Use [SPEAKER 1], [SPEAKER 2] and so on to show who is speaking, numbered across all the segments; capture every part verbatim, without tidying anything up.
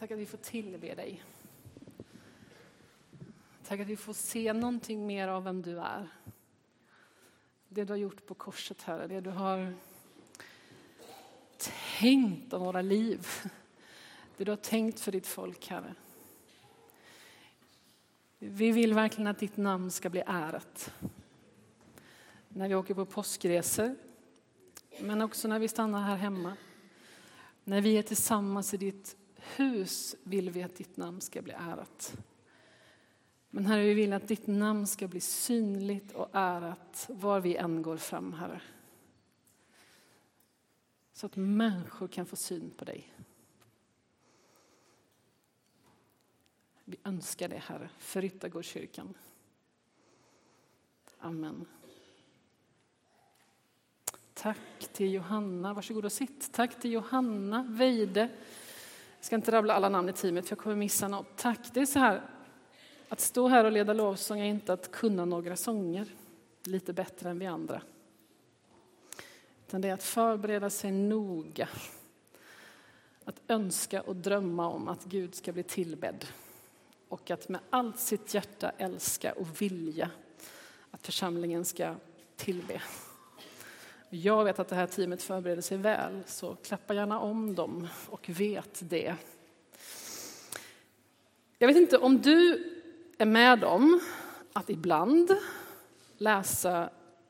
[SPEAKER 1] Tack att vi får tillbe dig. Tack att vi får se någonting mer av vem du är. Det du har gjort på korset, Herre. Det du har tänkt om våra liv. Det du har tänkt för ditt folk, Herre. Vi vill verkligen att ditt namn ska bli ärat. När vi åker på påskresor. Men också när vi stannar här hemma. När vi är tillsammans i ditt hus vill vi att ditt namn ska bli ärat. Men Herre, vi vill att ditt namn ska bli synligt och ärat var vi än går fram, Herre. Så att människor kan få syn på dig. Vi önskar det, Herre, för Ryttargårdskyrkan. Amen. Tack till Johanna. Varsågod och sitt. Tack till Johanna Veide. Jag ska inte rabbla alla namn i teamet för jag kommer missa något. Tack. Det är så här. Att stå här och leda lovsång är inte att kunna några sånger. Lite bättre än vi andra. Utan det är att förbereda sig noga. Att önska och drömma om att Gud ska bli tillbedd. Och att med allt sitt hjärta älska och vilja att församlingen ska tillbe. Jag vet att det här teamet förbereder sig väl, så klappa gärna om dem och vet det. Jag vet inte om du är med om att ibland läsa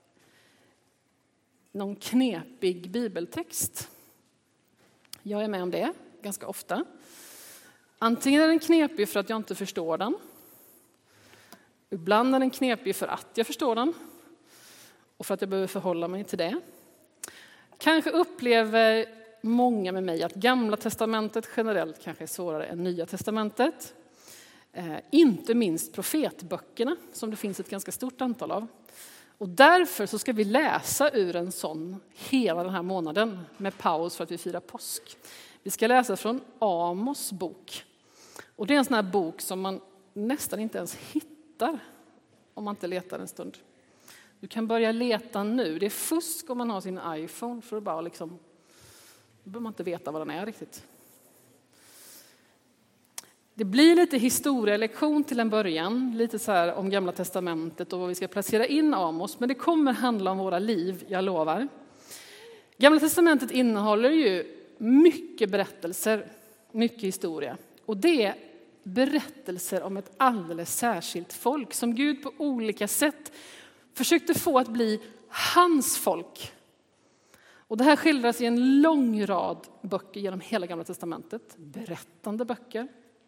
[SPEAKER 1] någon knepig bibeltext. Jag är med om det ganska ofta. Antingen är den knepig för att jag inte förstår den. Ibland är den knepig för att jag förstår den. Och för att jag behöver förhålla mig till det. Kanske upplever många med mig att Gamla testamentet generellt kanske är svårare än Nya testamentet. Eh, inte minst profetböckerna som det finns ett ganska stort antal av. Och därför så ska vi läsa ur en sån hela den här månaden med paus för att vi firar påsk. Vi ska läsa från Amos bok. Och det är en sån här bok som man nästan inte ens hittar om man inte letar en stund. Du kan börja leta nu. Det är fusk om man har sin iPhone för att bara liksom, då behöver man inte veta vad den är riktigt. Det blir lite historielektion till en början, lite så här om Gamla testamentet och vad vi ska placera in Amos, men det kommer handla om våra liv, jag lovar. Gamla testamentet innehåller ju mycket berättelser, mycket historia, och det är berättelser om ett alldeles särskilt folk som Gud på olika sätt försökte få att bli hans folk. Och det här skildras i en lång rad böcker genom hela Gamla testamentet. Berättande böcker,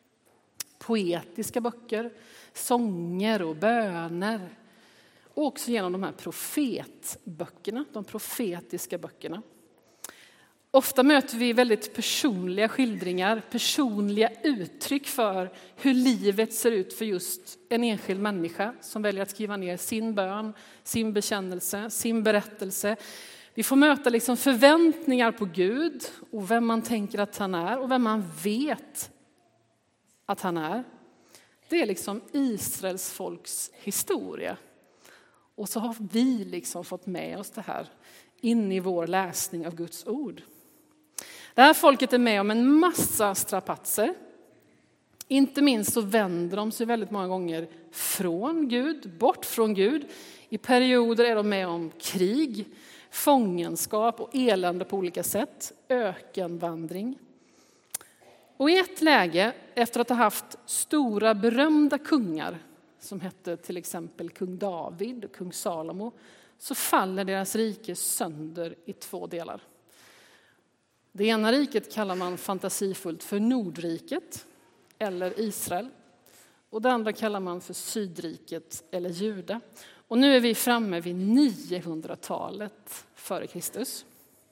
[SPEAKER 1] poetiska böcker, sånger och böner. Och också genom de här profetböckerna, de profetiska böckerna. Ofta möter vi väldigt personliga skildringar, personliga uttryck för hur livet ser ut för just en enskild människa som väljer att skriva ner sin bön, sin bekännelse, sin berättelse. Vi får möta liksom förväntningar på Gud och vem man tänker att han är och vem man vet att han är. Det är liksom Israels folks historia. Och så har vi liksom fått med oss det här in i vår läsning av Guds ord. Det här folket är med om en massa strapatser. Inte minst så vänder de sig väldigt många gånger från Gud, bort från Gud. I perioder är de med om krig, fångenskap och elände på olika sätt, ökenvandring. Och i ett läge, efter att ha haft stora berömda kungar, som hette till exempel kung David och kung Salomo, så faller deras rike sönder i två delar. Det ena riket kallar man fantasifullt för Nordriket eller Israel. Och det andra kallar man för Sydriket eller Juda. Och nu är vi framme vid niohundratalet före Kristus.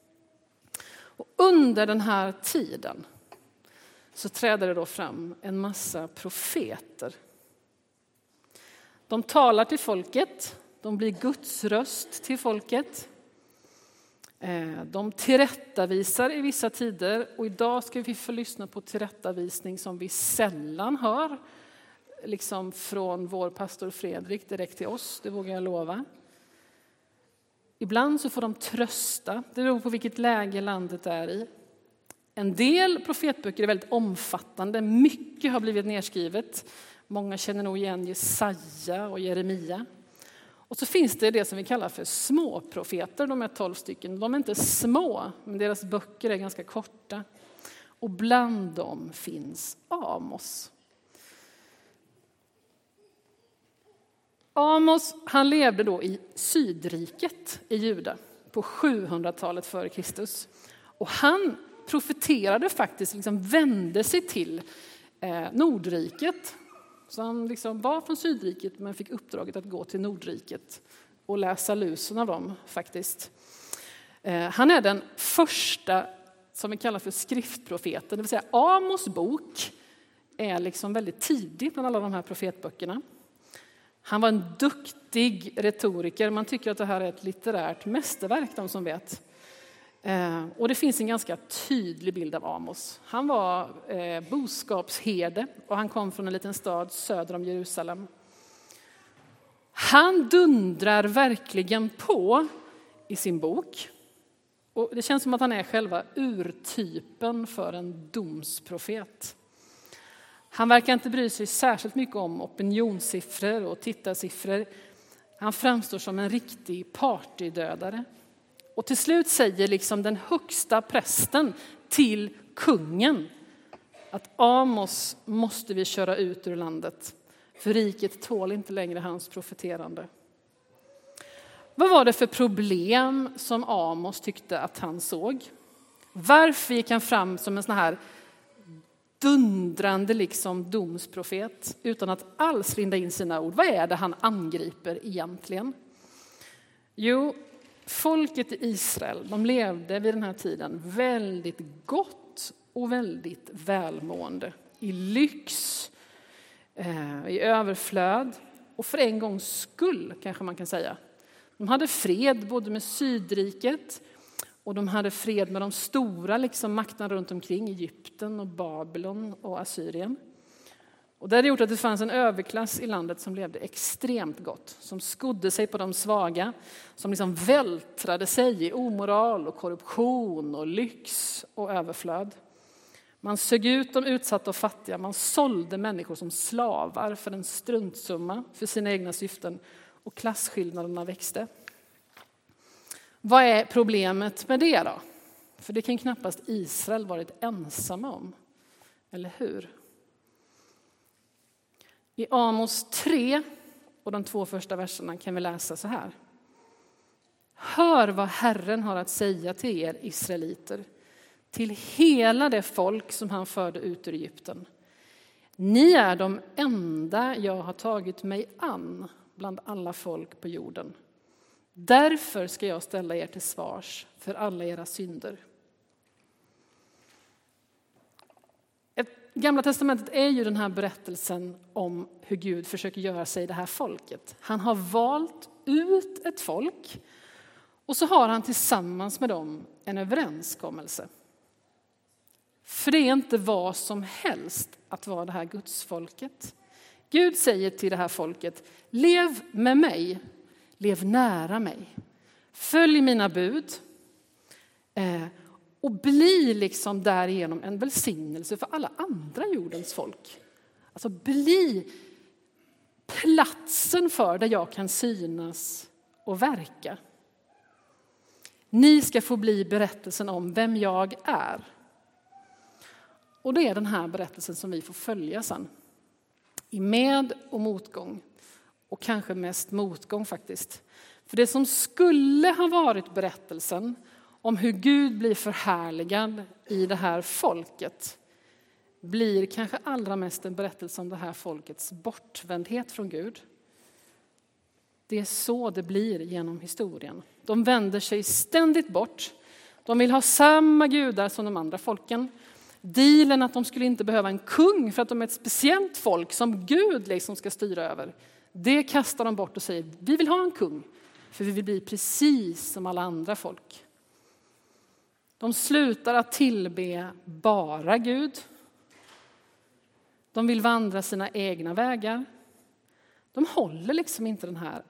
[SPEAKER 1] Och under den här tiden så träder det då fram en massa profeter. De talar till folket, de blir Guds röst till folket. De tillrättavisar i vissa tider, och idag ska vi få lyssna på tillrättavisning som vi sällan hör. Liksom från vår pastor Fredrik direkt till oss, det vågar jag lova. Ibland så får de trösta, det beror på vilket läge landet är i. En del profetböcker är väldigt omfattande, mycket har blivit nedskrivet. Många känner nog igen Jesaja och Jeremia. Och så finns det det som vi kallar för småprofeter, de är tolv stycken. De är inte små, men deras böcker är ganska korta. Och bland dem finns Amos. Amos, han levde då i Sydriket i Juda på sjuhundratalet före Kristus. Och han profeterade faktiskt, liksom vände sig till eh, Nordriket. Så han liksom var från Sydriket men fick uppdraget att gå till Nordriket och läsa lusen av dem faktiskt. Eh, han är den första som vi kallar för skriftprofeten, det vill säga Amos bok är liksom väldigt tidig bland alla de här profetböckerna. Han var en duktig retoriker, man tycker att det här är ett litterärt mästerverk, de som vet. Eh, och det finns en ganska tydlig bild av Amos. Han var eh, boskapsherde och han kom från en liten stad söder om Jerusalem. Han dundrar verkligen på i sin bok. Och det känns som att han är själva urtypen för en domsprofet. Han verkar inte bry sig särskilt mycket om opinionssiffror och tittarsiffror. Han framstår som en riktig partydödare. Och till slut säger liksom den högsta prästen till kungen att Amos måste vi köra ut ur landet. För riket tål inte längre hans profeterande. Vad var det för problem som Amos tyckte att han såg? Varför gick han fram som en sån här dundrande liksom domsprofet utan att alls linda in sina ord? Vad är det han angriper egentligen? Jo, folket i Israel, de levde vid den här tiden väldigt gott och väldigt välmående. I lyx, i överflöd och för en gångs skull kanske man kan säga. De hade fred både med Sydriket och de hade fred med de stora liksom, makterna runt omkring, Egypten och Babylon och Assyrien. Och det hade gjort att det fanns en överklass i landet som levde extremt gott. Som skodde sig på de svaga, som liksom vältrade sig i omoral och korruption och lyx och överflöd. Man sög ut de utsatta och fattiga, man sålde människor som slavar för en struntsumma för sina egna syften. Och klasskillnaderna växte. Vad är problemet med det då? För det kan knappast Israel varit ensamma om. Eller hur? I Amos tre och de två första verserna kan vi läsa så här. Hör vad Herren har att säga till er israeliter. Till hela det folk som han förde ut ur Egypten. Ni är de enda jag har tagit mig an bland alla folk på jorden. Därför ska jag ställa er till svars för alla era synder. Ett, Gamla testamentet är ju den här berättelsen om hur Gud försöker göra sig det här folket. Han har valt ut ett folk och så har han tillsammans med dem en överenskommelse. För det är inte vad som helst att vara det här Guds folket. Gud säger till det här folket, lev med mig, lev nära mig. Följ mina bud eh, och bli liksom därigenom en välsignelse för alla andra jordens folk. Alltså bli platsen för där jag kan synas och verka. Ni ska få bli berättelsen om vem jag är. Och det är den här berättelsen som vi får följa sen. I med- och motgång. Och kanske mest motgång faktiskt. För det som skulle ha varit berättelsen om hur Gud blir förhärligad i det här folket blir kanske allra mest en berättelse om det här folkets bortvändhet från Gud. Det är så det blir genom historien. De vänder sig ständigt bort. De vill ha samma gudar som de andra folken. Dealen att de skulle inte behöva en kung för att de är ett speciellt folk som Gud liksom ska styra över. Det kastar de bort och säger, vi vill ha en kung för vi vill bli precis som alla andra folk. De slutar att tillbe bara Gud. De vill vandra sina egna vägar. De håller liksom inte den här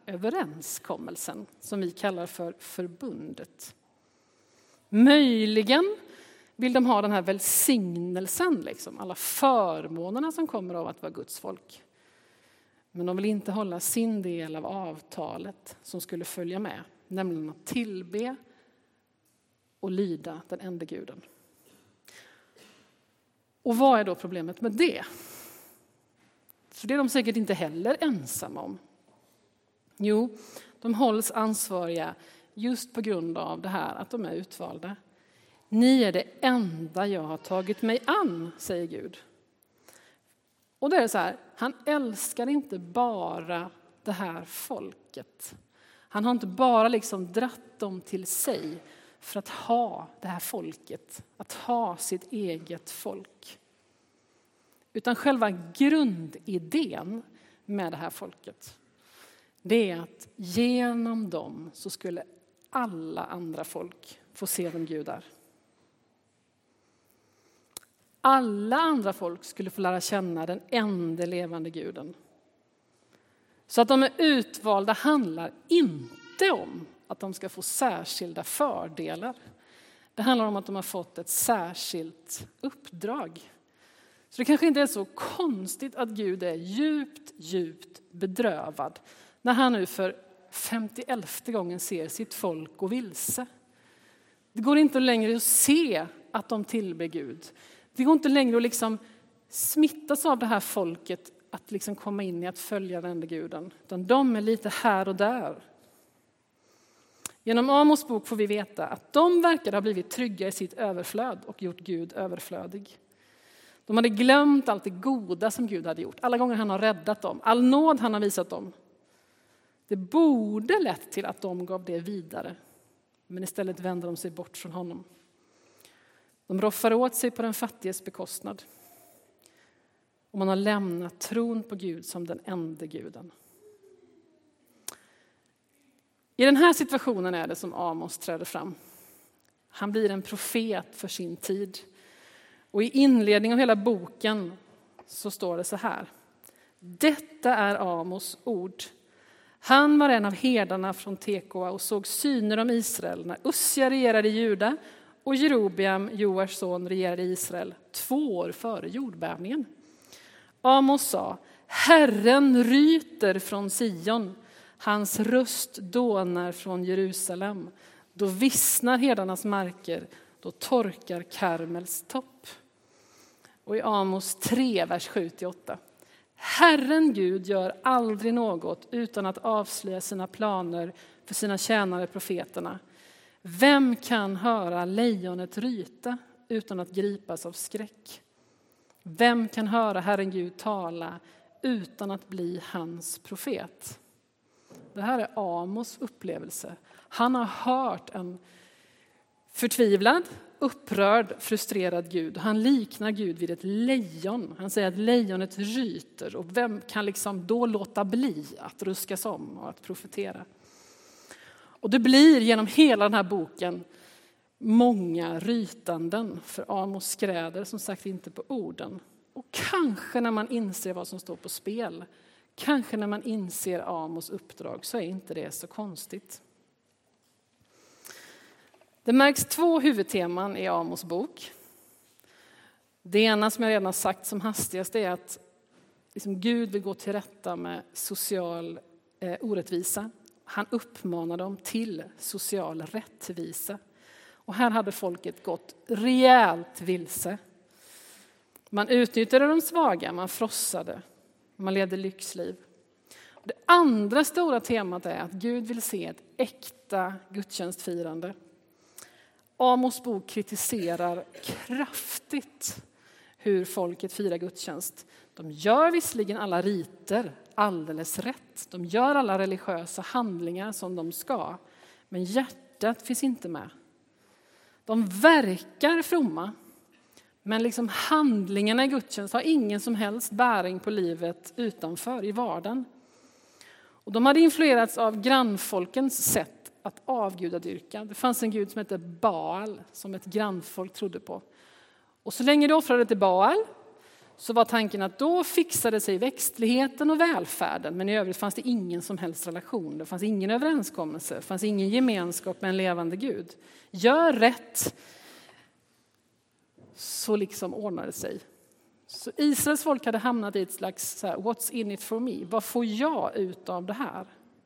[SPEAKER 1] överenskommelsen som vi kallar för förbundet. Möjligen vill de ha den här välsignelsen, liksom, alla förmånerna som kommer av att vara Guds folk. Men de vill inte hålla sin del av avtalet som skulle följa med, nämligen att tillbe och lyda den enda guden. Och vad är då problemet med det? För det är de säkert inte heller ensamma om. Jo, de hålls ansvariga just på grund av det här att de är utvalda. Ni är det enda jag har tagit mig an, säger Gud. Och det är så här, han älskar inte bara det här folket. Han har inte bara liksom dratt dem till sig för att ha det här folket, att ha sitt eget folk. Utan själva grundidén med det här folket, det är att genom dem så skulle alla andra folk få se vem Gud är. Alla andra folk skulle få lära känna den enda levande guden. Så att de är utvalda handlar inte om att de ska få särskilda fördelar. Det handlar om att de har fått ett särskilt uppdrag. Så det kanske inte är så konstigt att Gud är djupt, djupt bedrövad när han nu för femtioelfte gången ser sitt folk gå vilse. Det går inte längre att se att de tillber Gud. Det går inte längre att liksom smittas av det här folket att liksom komma in i att följa den enda guden. Utan de är lite här och där. Genom Amos bok får vi veta att de verkar ha blivit trygga i sitt överflöd och gjort Gud överflödig. De hade glömt allt det goda som Gud hade gjort. Alla gånger han har räddat dem. All nåd han har visat dem. Det borde lett till att de gav det vidare. Men istället vänder de sig bort från honom. De roffar åt sig på den fattiges bekostnad. Och man har lämnat tron på Gud som den enda guden. I den här situationen är det som Amos träder fram. Han blir en profet för sin tid. Och i inledningen av hela boken så står det så här. Detta är Amos ord. Han var en av herdarna från Tekoa och såg syner om Israel när Ussia regerade i Juda och Jerobeam, Joars son, regerade i Israel två år före jordbävningen. Amos sa, Herren ryter från Sion, hans röst dånar från Jerusalem. Då vissnar herdarnas marker, då torkar Karmels topp. Och i Amos tre, vers sju till åtta. Herren Gud gör aldrig något utan att avslöja sina planer för sina tjänare profeterna. Vem kan höra lejonet ryta utan att gripas av skräck? Vem kan höra Herren Gud tala utan att bli hans profet? Det här är Amos upplevelse. Han har hört en förtvivlad, upprörd, frustrerad Gud. Han liknar Gud vid ett lejon. Han säger att lejonet ryter. Och vem kan liksom då låta bli att ruskas om och att profetera? Och det blir genom hela den här boken många rytanden. För Amos skräder som sagt inte på orden. Och kanske när man inser vad som står på spel. Kanske när man inser Amos uppdrag så är inte det så konstigt. Det märks två huvudteman i Amos bok. Det ena som jag redan har sagt som hastigast är att liksom Gud vill gå till rätta med social eh, orättvisa. Han uppmanar dem till social rättvisa. Och här hade folket gått rejält vilse. Man utnyttjade de svaga, man frossade, man levde lyxliv. Det andra stora temat är att Gud vill se ett äkta gudstjänstfirande. Amos bok kritiserar kraftigt hur folket firar gudstjänst. De gör visserligen alla riter alldeles rätt. De gör alla religiösa handlingar som de ska. Men hjärtat finns inte med. De verkar fromma. Men liksom handlingarna i gudstjänst har ingen som helst bäring på livet utanför, i vardagen. Och de hade influerats av grannfolkens sätt att avgudadyrka. Det fanns en gud som hette Baal som ett grannfolk trodde på. Och så länge de offrade till Baal så var tanken att då fixade sig växtligheten och välfärden. Men i övrigt fanns det ingen som helst relation. Det fanns ingen överenskommelse. Det fanns ingen gemenskap med en levande Gud. Gör rätt. så liksom ordnade det sig. Så Israels folk hade hamnat i ett slags så här, what's in it for me? Vad får jag ut av det här?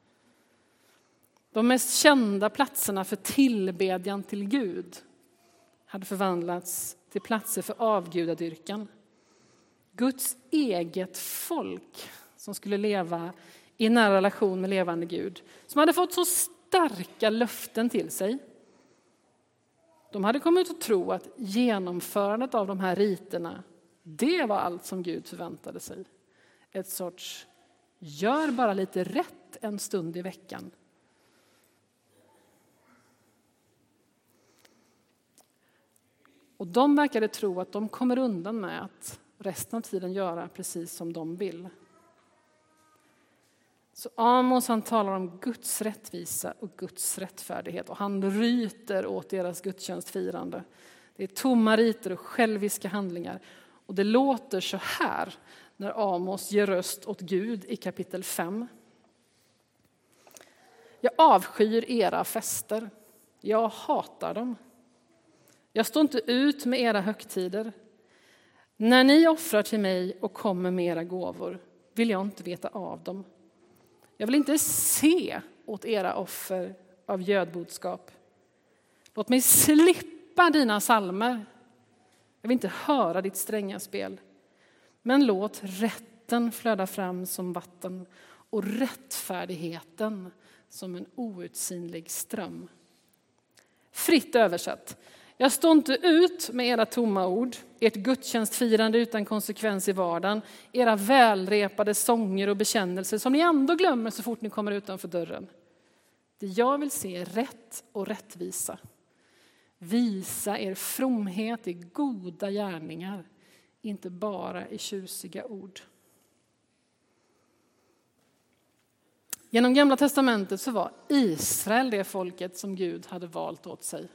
[SPEAKER 1] De mest kända platserna för tillbedjan till Gud hade förvandlats till platser för avgudadyrkan. Guds eget folk som skulle leva i nära relation med levande Gud. Som hade fått så starka löften till sig. De hade kommit att tro att genomförandet av de här riterna, det var allt som Gud förväntade sig. Ett sorts, gör bara lite rätt en stund i veckan. Och de verkade tro att de kommer undan med att resten av tiden göra precis som de vill. Så Amos han talar om Guds rättvisa och Guds rättfärdighet. Och han ryter åt deras gudstjänstfirande. Det är tomma riter och själviska handlingar. Och det låter så här när Amos ger röst åt Gud i kapitel fem. Jag avskyr era fester. Jag hatar dem. Jag står inte ut med era högtider. När ni offrar till mig och kommer med era gåvor vill jag inte veta av dem. Jag vill inte se åt era offer av gödbodskap. Låt mig slippa dina salmer. Jag vill inte höra ditt stränga spel. Men låt rätten flöda fram som vatten och rättfärdigheten som en outsinlig ström. Fritt översatt. Jag står inte ut med era tomma ord, ert gudstjänstfirande utan konsekvens i vardagen, era välrepade sånger och bekännelser som ni ändå glömmer så fort ni kommer utanför dörren. Det jag vill se är rätt och rättvisa. Visa er fromhet i goda gärningar, inte bara i tjusiga ord. Genom Gamla testamentet så var Israel det folket som Gud hade valt åt sig.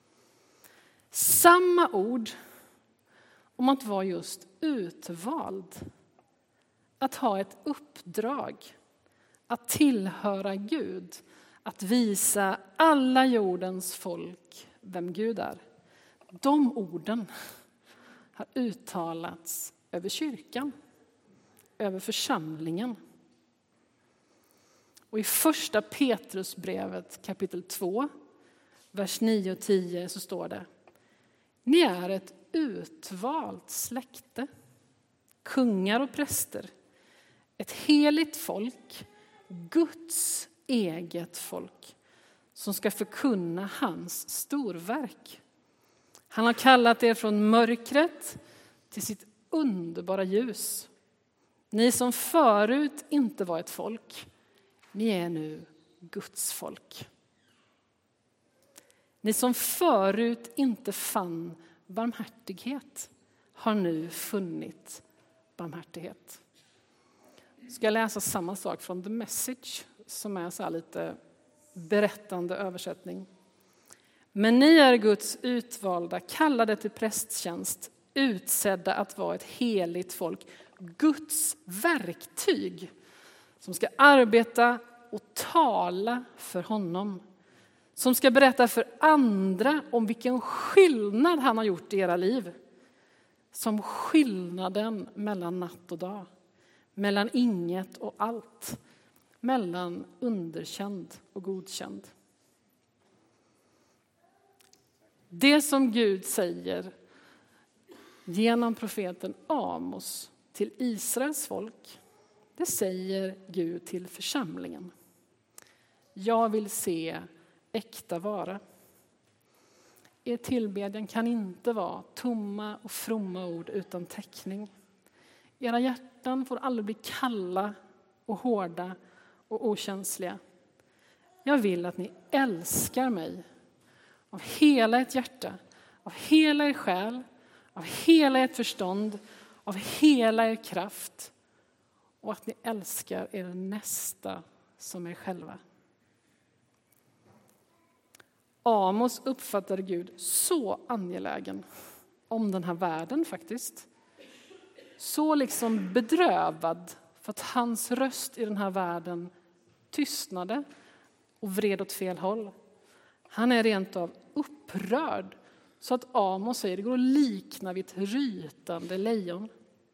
[SPEAKER 1] Samma ord om att vara just utvald. Att ha ett uppdrag. Att tillhöra Gud. Att visa alla jordens folk vem Gud är. De orden har uttalats över kyrkan. Över församlingen. Och i första Petrusbrevet kapitel två, vers nio och tio så står det: ni är ett utvalt släkte, kungar och präster, ett heligt folk, Guds eget folk, som ska förkunna hans storverk. Han har kallat er från mörkret till sitt underbara ljus. Ni som förut inte var ett folk, ni är nu Guds folk. Ni som förut inte fann barmhärtighet har nu funnit barmhärtighet. Ska jag läsa samma sak från The Message som är så här lite berättande översättning. Men ni är Guds utvalda, kallade till prästtjänst, utsedda att vara ett heligt folk, Guds verktyg som ska arbeta och tala för honom. Som ska berätta för andra om vilken skillnad han har gjort i era liv. Som skillnaden mellan natt och dag. Mellan inget och allt. Mellan underkänd och godkänd. Det som Gud säger genom profeten Amos till Israels folk, det säger Gud till församlingen. Jag vill se äkta vara. Er tillbedjan kan inte vara tomma och fromma ord utan täckning. Era hjärtan får aldrig bli kalla och hårda och okänsliga. Jag vill att ni älskar mig av hela ert hjärta, av hela er själ, av hela ert förstånd, av hela er kraft. Och att ni älskar er nästa som er själva. Amos uppfattade Gud så angelägen om den här världen faktiskt. Så liksom bedrövad för att hans röst i den här världen tystnade och vred åt fel håll. Han är rent av upprörd Så att Amos säger, det går att likna vid ett rytande lejon.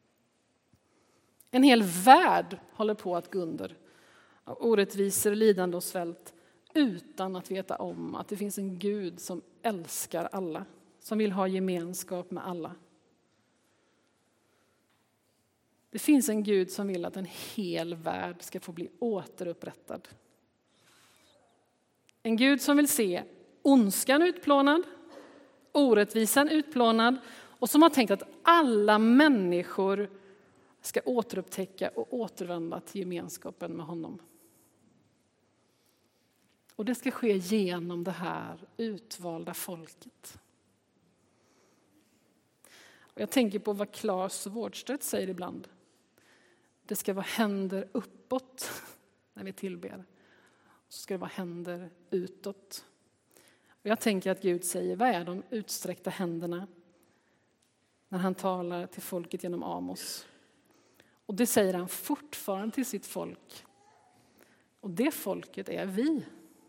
[SPEAKER 1] En hel värld håller på att gå under av orättvisor, lidande och svält, utan att veta om att det finns en Gud som älskar alla, som vill ha gemenskap med alla. Det finns en Gud som vill att en hel värld ska få bli återupprättad. En Gud som vill se ondskan utplånad, orättvisan utplånad och som har tänkt att alla människor ska återupptäcka och återvända till gemenskapen med honom. Och det ska ske genom det här utvalda folket. Och jag tänker på vad Claes Wårdstedt säger ibland. Det ska vara händer uppåt när vi tillber. Så ska det vara händer utåt. Och jag tänker att Gud säger, vad är de utsträckta händerna? När han talar till folket genom Amos. Och det säger han fortfarande till sitt folk. Och det folket är vi.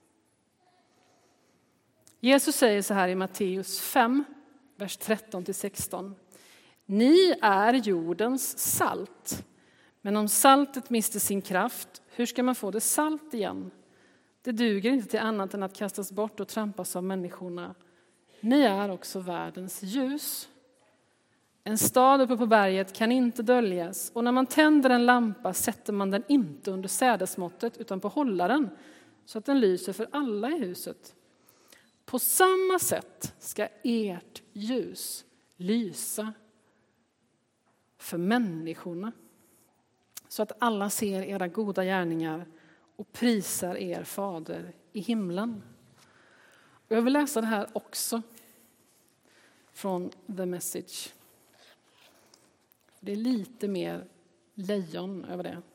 [SPEAKER 1] Jesus säger så här i Matteus fem, vers tretton till sexton. Ni är jordens salt. Men om saltet mister sin kraft, hur ska man få det salt igen? Det duger inte till annat än att kastas bort och trampas av människorna. Ni är också världens ljus. En stad uppe på berget kan inte döljas. Och när man tänder en lampa sätter man den inte under sädesmåttet utan på hållaren. Så att den lyser för alla i huset. På samma sätt ska ert ljus lysa för människorna. Så att alla ser era goda gärningar och prisar er fader i himlen. Och jag vill läsa det här också från The Message. Det är lite mer lejon över det.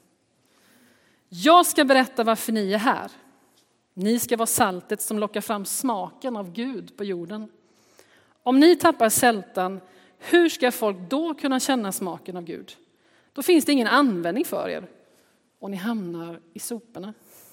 [SPEAKER 1] Jag ska berätta varför ni är här. Ni ska vara saltet som lockar fram smaken av Gud på jorden. Om ni tappar sältan, hur ska folk då kunna känna smaken av Gud? Då finns det ingen användning för er och ni hamnar i soporna.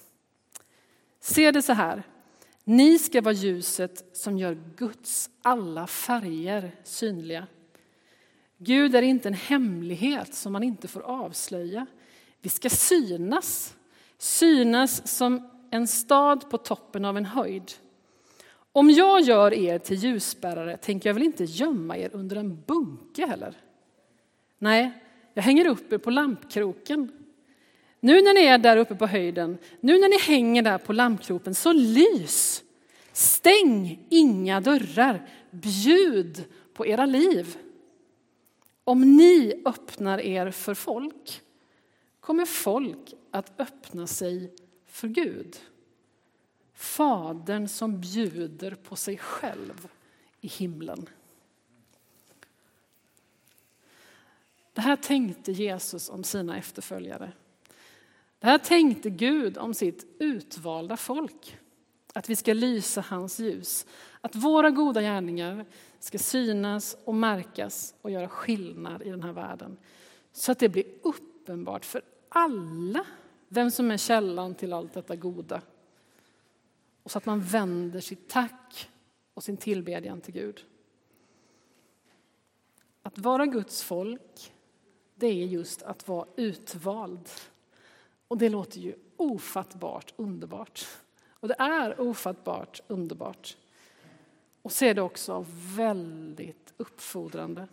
[SPEAKER 1] Se det så här. Ni ska vara ljuset som gör Guds alla färger synliga. Gud är inte en hemlighet som man inte får avslöja. Vi ska synas. Synas som en stad på toppen av en höjd. Om jag gör er till ljusbärare tänker jag väl inte gömma er under en bunke heller. Nej, jag hänger upp er på lampkroken. Nu när ni är där uppe på höjden, nu när ni hänger där på lampkroken, så lys. Stäng inga dörrar. Bjud på era liv. Om ni öppnar er för folk, kommer folk att öppna sig för Gud. Fadern som bjuder på sig själv i himlen. Det här tänkte Jesus om sina efterföljare. Det här tänkte Gud om sitt utvalda folk. Att vi ska lysa hans ljus. Att våra goda gärningar ska synas och märkas och göra skillnad i den här världen. Så att det blir uppenbart för alla vem som är källan till allt detta goda. Och så att man vänder sitt tack och sin tillbedjan till Gud. Att vara Guds folk, det är just att vara utvald. Och det låter ju ofattbart underbart. Och det är ofattbart underbart. Och så är det också väldigt uppfordrande.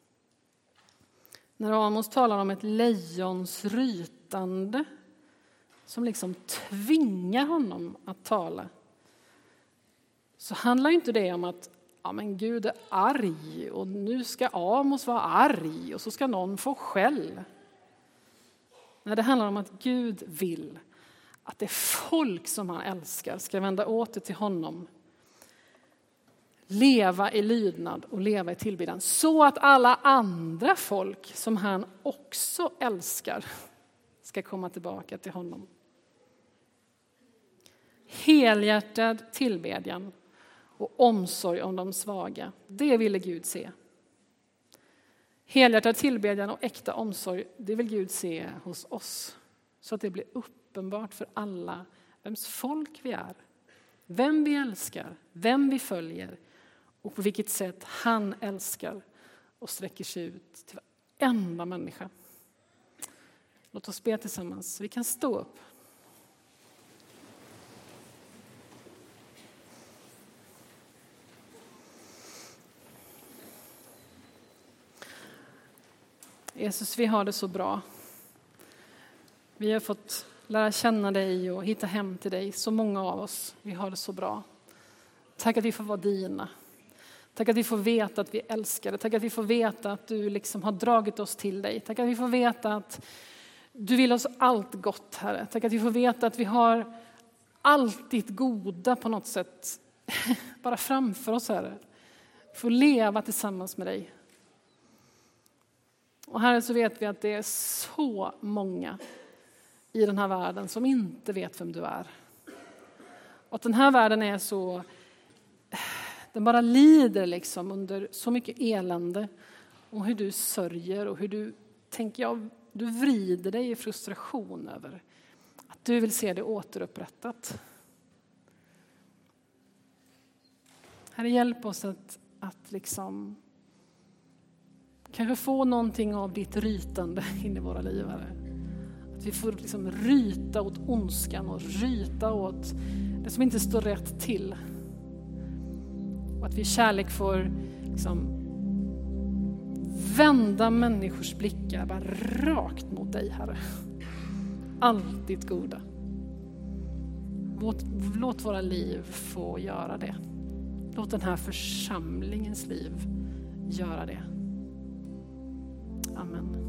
[SPEAKER 1] När Amos talar om ett lejons rytande som liksom tvingar honom att tala, så handlar inte det om att ja, men Gud är arg och nu ska Amos vara arg och så ska någon få skäll. Nej, det handlar om att Gud vill att det folk som han älskar ska vända åter till honom. Leva i lydnad och leva i tillbedjan. Så att alla andra folk som han också älskar ska komma tillbaka till honom. Helhjärtad tillbedjan och omsorg om de svaga. Det ville Gud se. Helhjärtad tillbedjan och äkta omsorg, det vill Gud se hos oss. Så att det blir uppenbart för alla vems folk vi är. Vem vi älskar, vem vi följer Och på vilket sätt han älskar och sträcker sig ut till varenda människa. Låt oss be tillsammans. Vi kan stå upp. Jesus, vi har det så bra. Vi har fått lära känna dig och hitta hem till dig. Så många av oss, vi har det så bra. Tack att vi får vara dina. Tack att vi får veta att vi älskar dig. Tack att vi får veta att du liksom har dragit oss till dig. Tack att vi får veta att du vill oss allt gott, Herre. Tack att vi får veta att vi har allt ditt goda på något sätt bara framför oss, Herre. Vi får leva tillsammans med dig. Och Herre, så vet vi att det är så många i den här världen som inte vet vem du är. Och att den här världen är så, den bara lider liksom under så mycket elände. Och hur du sörjer och hur du, tänker jag, du vrider dig i frustration över att du vill se det återupprättat. Herre, hjälp oss att, att liksom kanske få någonting av ditt rytande in i våra liv, Herre. Att vi får liksom ryta åt ondskan och ryta åt det som inte står rätt till. Och att vi i kärlek får liksom vända människors blickar bara rakt mot dig, Herre. Allt ditt goda. Låt, låt våra liv få göra det. Låt den här församlingens liv göra det. Amen.